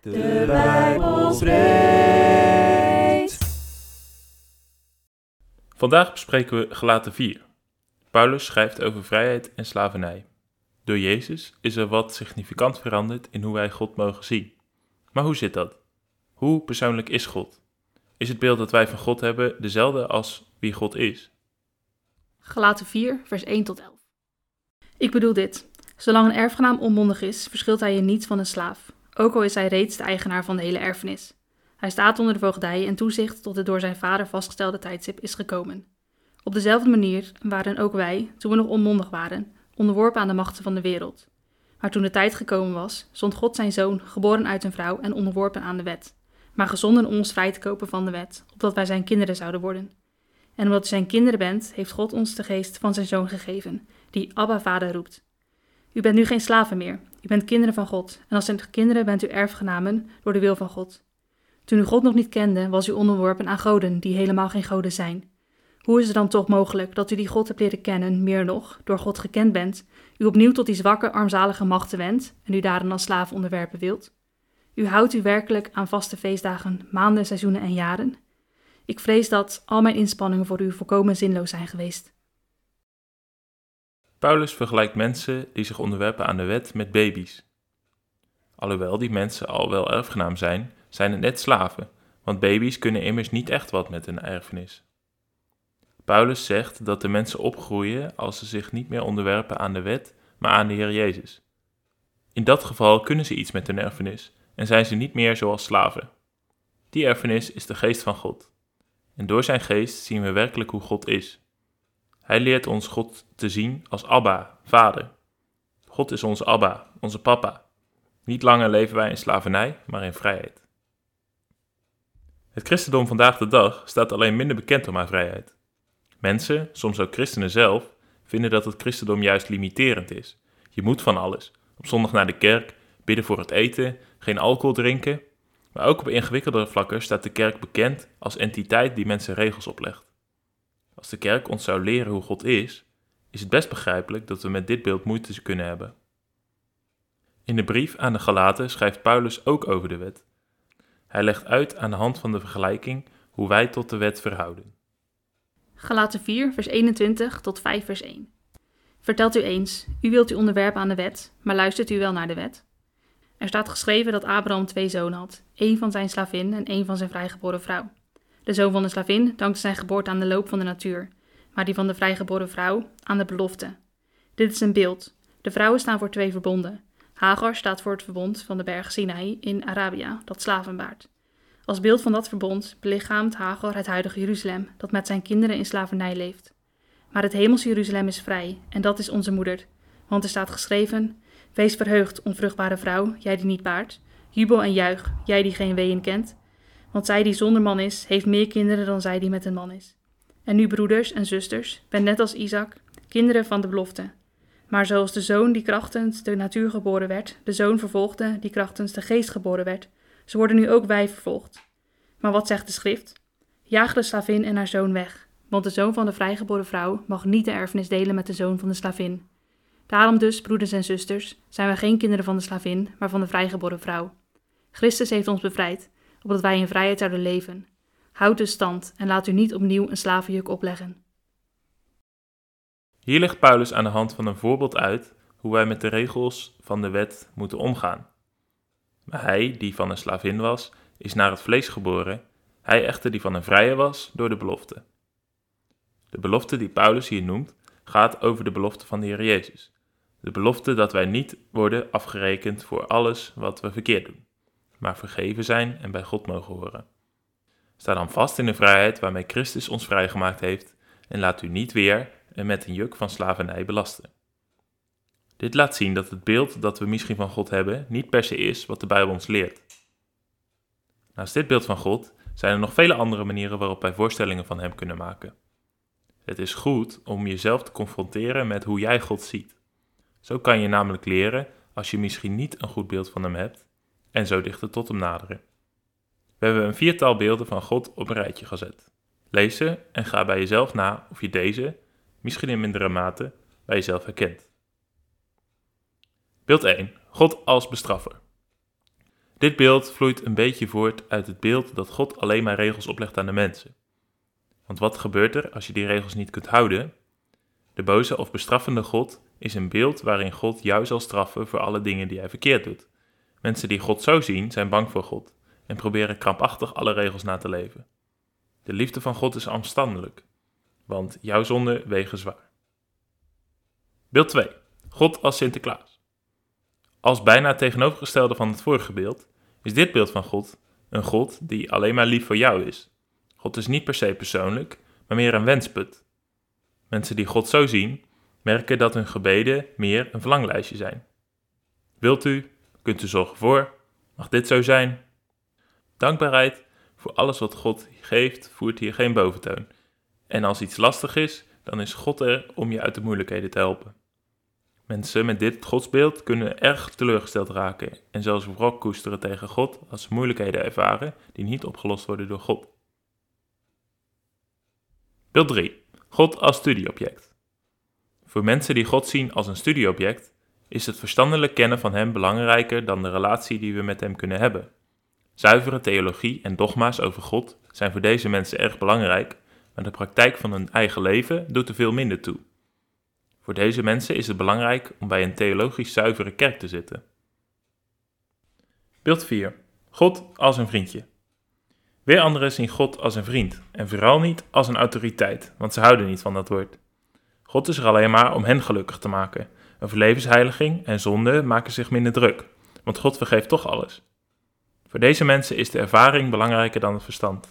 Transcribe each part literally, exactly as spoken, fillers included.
De Bijbel spreekt. Vandaag bespreken we Galaten vier. Paulus schrijft over vrijheid en slavernij. Door Jezus is er wat significant veranderd in hoe wij God mogen zien. Maar hoe zit dat? Hoe persoonlijk is God? Is het beeld dat wij van God hebben dezelfde als wie God is? Galaten vier, vers één tot elf. Ik bedoel dit. Zolang een erfgenaam onmondig is, verschilt hij in niets van een slaaf, ook al is hij reeds de eigenaar van de hele erfenis. Hij staat onder de voogdij en toezicht tot het door zijn vader vastgestelde tijdstip is gekomen. Op dezelfde manier waren ook wij, toen we nog onmondig waren, onderworpen aan de machten van de wereld. Maar toen de tijd gekomen was, zond God zijn zoon, geboren uit een vrouw en onderworpen aan de wet, maar gezonden om ons vrij te kopen van de wet, opdat wij zijn kinderen zouden worden. En omdat u zijn kinderen bent, heeft God ons de geest van zijn zoon gegeven, die Abba Vader roept. U bent nu geen slaven meer, u bent kinderen van God, en als zijn kinderen bent u erfgenamen door de wil van God. Toen u God nog niet kende, was u onderworpen aan goden, die helemaal geen goden zijn. Hoe is het dan toch mogelijk dat u die God hebt leren kennen, meer nog, door God gekend bent, u opnieuw tot die zwakke, armzalige machten wendt en u daarin als slaaf onderwerpen wilt? U houdt u werkelijk aan vaste feestdagen, maanden, seizoenen en jaren? Ik vrees dat al mijn inspanningen voor u volkomen zinloos zijn geweest. Paulus vergelijkt mensen die zich onderwerpen aan de wet met baby's. Alhoewel die mensen al wel erfgenaam zijn, zijn het net slaven, want baby's kunnen immers niet echt wat met een erfenis. Paulus zegt dat de mensen opgroeien als ze zich niet meer onderwerpen aan de wet, maar aan de Heer Jezus. In dat geval kunnen ze iets met hun erfenis en zijn ze niet meer zoals slaven. Die erfenis is de geest van God. En door zijn geest zien we werkelijk hoe God is. Hij leert ons God te zien als Abba, Vader. God is onze Abba, onze papa. Niet langer leven wij in slavernij, maar in vrijheid. Het christendom vandaag de dag staat alleen minder bekend om haar vrijheid. Mensen, soms ook christenen zelf, vinden dat het christendom juist limiterend is. Je moet van alles. Op zondag naar de kerk, bidden voor het eten, geen alcohol drinken. Maar ook op ingewikkeldere vlakken staat de kerk bekend als entiteit die mensen regels oplegt. Als de kerk ons zou leren hoe God is, is het best begrijpelijk dat we met dit beeld moeite kunnen hebben. In de brief aan de Galaten schrijft Paulus ook over de wet. Hij legt uit aan de hand van de vergelijking hoe wij tot de wet verhouden. Galaten vier, vers eenentwintig tot vijf, vers één. Vertelt u eens, u wilt u onderwerpen aan de wet, maar luistert u wel naar de wet? Er staat geschreven dat Abraham twee zonen had, één van zijn slavin en één van zijn vrijgeboren vrouw. De zoon van de slavin dankte zijn geboorte aan de loop van de natuur, maar die van de vrijgeboren vrouw aan de belofte. Dit is een beeld. De vrouwen staan voor twee verbonden. Hagar staat voor het verbond van de berg Sinaï in Arabia, dat slaven baart. Als beeld van dat verbond belichaamt Hagar het huidige Jeruzalem, dat met zijn kinderen in slavernij leeft. Maar het hemelse Jeruzalem is vrij, en dat is onze moeder. Want er staat geschreven: wees verheugd, onvruchtbare vrouw, jij die niet baart. Jubel en juich, jij die geen weeën kent. Want zij die zonder man is, heeft meer kinderen dan zij die met een man is. En nu, broeders en zusters, bent net als Isaac, kinderen van de belofte. Maar zoals de zoon die krachtens de natuur geboren werd, de zoon vervolgde die krachtens de geest geboren werd, zo worden nu ook wij vervolgd. Maar wat zegt de schrift? Jaag de slavin en haar zoon weg, want de zoon van de vrijgeboren vrouw mag niet de erfenis delen met de zoon van de slavin. Daarom dus, broeders en zusters, zijn wij geen kinderen van de slavin, maar van de vrijgeboren vrouw. Christus heeft ons bevrijd, opdat wij in vrijheid zouden leven. Houd dus stand en laat u niet opnieuw een slavenjuk opleggen. Hier legt Paulus aan de hand van een voorbeeld uit hoe wij met de regels van de wet moeten omgaan. Maar hij, die van een slavin was, is naar het vlees geboren, hij echter die van een vrije was, door de belofte. De belofte die Paulus hier noemt, gaat over de belofte van de Heer Jezus. De belofte dat wij niet worden afgerekend voor alles wat we verkeerd doen, maar vergeven zijn en bij God mogen horen. Sta dan vast in de vrijheid waarmee Christus ons vrijgemaakt heeft en laat u niet weer en met een juk van slavernij belasten. Dit laat zien dat het beeld dat we misschien van God hebben niet per se is wat de Bijbel ons leert. Naast dit beeld van God zijn er nog vele andere manieren waarop wij voorstellingen van Hem kunnen maken. Het is goed om jezelf te confronteren met hoe jij God ziet. Zo kan je namelijk leren als je misschien niet een goed beeld van Hem hebt en zo dichter tot Hem naderen. We hebben een viertal beelden van God op een rijtje gezet. Lees ze en ga bij jezelf na of je deze, misschien in mindere mate, bij jezelf herkent. Beeld één. God als bestraffer. Dit beeld vloeit een beetje voort uit het beeld dat God alleen maar regels oplegt aan de mensen. Want wat gebeurt er als je die regels niet kunt houden? De boze of bestraffende God is een beeld waarin God jou zal straffen voor alle dingen die hij verkeerd doet. Mensen die God zo zien, zijn bang voor God en proberen krampachtig alle regels na te leven. De liefde van God is afstandelijk, want jouw zonden wegen zwaar. Beeld twee. God als Sinterklaas. Als bijna het tegenovergestelde van het vorige beeld, is dit beeld van God een God die alleen maar lief voor jou is. God is niet per se persoonlijk, maar meer een wensput. Mensen die God zo zien, merken dat hun gebeden meer een verlanglijstje zijn. Wilt u, kunt u zorgen voor, mag dit zo zijn? Dankbaarheid voor alles wat God geeft, voert hier geen boventoon. En als iets lastig is, dan is God er om je uit de moeilijkheden te helpen. Mensen met dit godsbeeld kunnen erg teleurgesteld raken en zelfs wrok koesteren tegen God als ze moeilijkheden ervaren die niet opgelost worden door God. Beeld drie. God als studieobject. Voor mensen die God zien als een studieobject, is het verstandelijk kennen van Hem belangrijker dan de relatie die we met Hem kunnen hebben. Zuivere theologie en dogma's over God zijn voor deze mensen erg belangrijk, maar de praktijk van hun eigen leven doet er veel minder toe. Voor deze mensen is het belangrijk om bij een theologisch zuivere kerk te zitten. Beeld vier. God als een vriendje. Weer anderen zien God als een vriend en vooral niet als een autoriteit, want ze houden niet van dat woord. God is er alleen maar om hen gelukkig te maken. Over levensheiliging en zonde maken zich minder druk, want God vergeeft toch alles. Voor deze mensen is de ervaring belangrijker dan het verstand.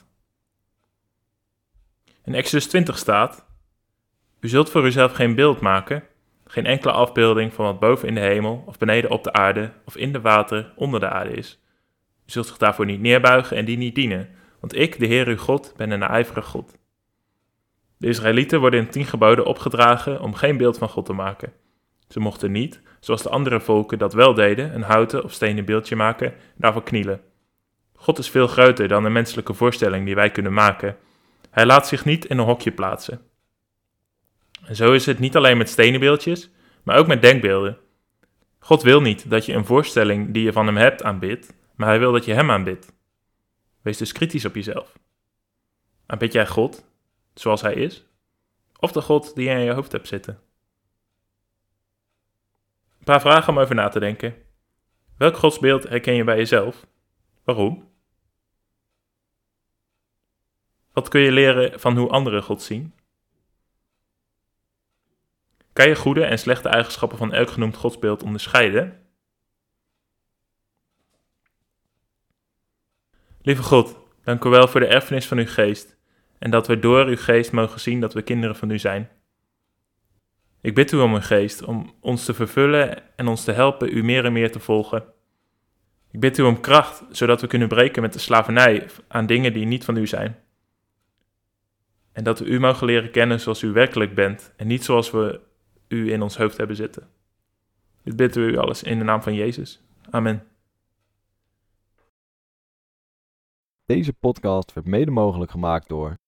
In Exodus twintig staat: U zult voor uzelf geen beeld maken, geen enkele afbeelding van wat boven in de hemel of beneden op de aarde of in de water onder de aarde is. U zult zich daarvoor niet neerbuigen en die niet dienen, want ik, de Heer uw God, ben een ijverig God. De Israëlieten worden in tien geboden opgedragen om geen beeld van God te maken. Ze mochten niet, zoals de andere volken dat wel deden, een houten of stenen beeldje maken en daarvoor knielen. God is veel groter dan de menselijke voorstelling die wij kunnen maken. Hij laat zich niet in een hokje plaatsen. En zo is het niet alleen met stenen beeldjes, maar ook met denkbeelden. God wil niet dat je een voorstelling die je van hem hebt aanbidt, maar hij wil dat je hem aanbidt. Wees dus kritisch op jezelf. Aanbid jij God zoals hij is, of de God die je in je hoofd hebt zitten? Een paar vragen om over na te denken. Welk godsbeeld herken je bij jezelf? Waarom? Wat kun je leren van hoe anderen God zien? Kan je goede en slechte eigenschappen van elk genoemd godsbeeld onderscheiden? Lieve God, dank u wel voor de erfenis van uw geest en dat we door uw geest mogen zien dat we kinderen van u zijn. Ik bid u om uw geest, om ons te vervullen en ons te helpen u meer en meer te volgen. Ik bid u om kracht, zodat we kunnen breken met de slavernij aan dingen die niet van u zijn. En dat we u mogen leren kennen zoals u werkelijk bent en niet zoals we u in ons hoofd hebben zitten. Dit bidden we u alles in de naam van Jezus. Amen. Deze podcast werd mede mogelijk gemaakt door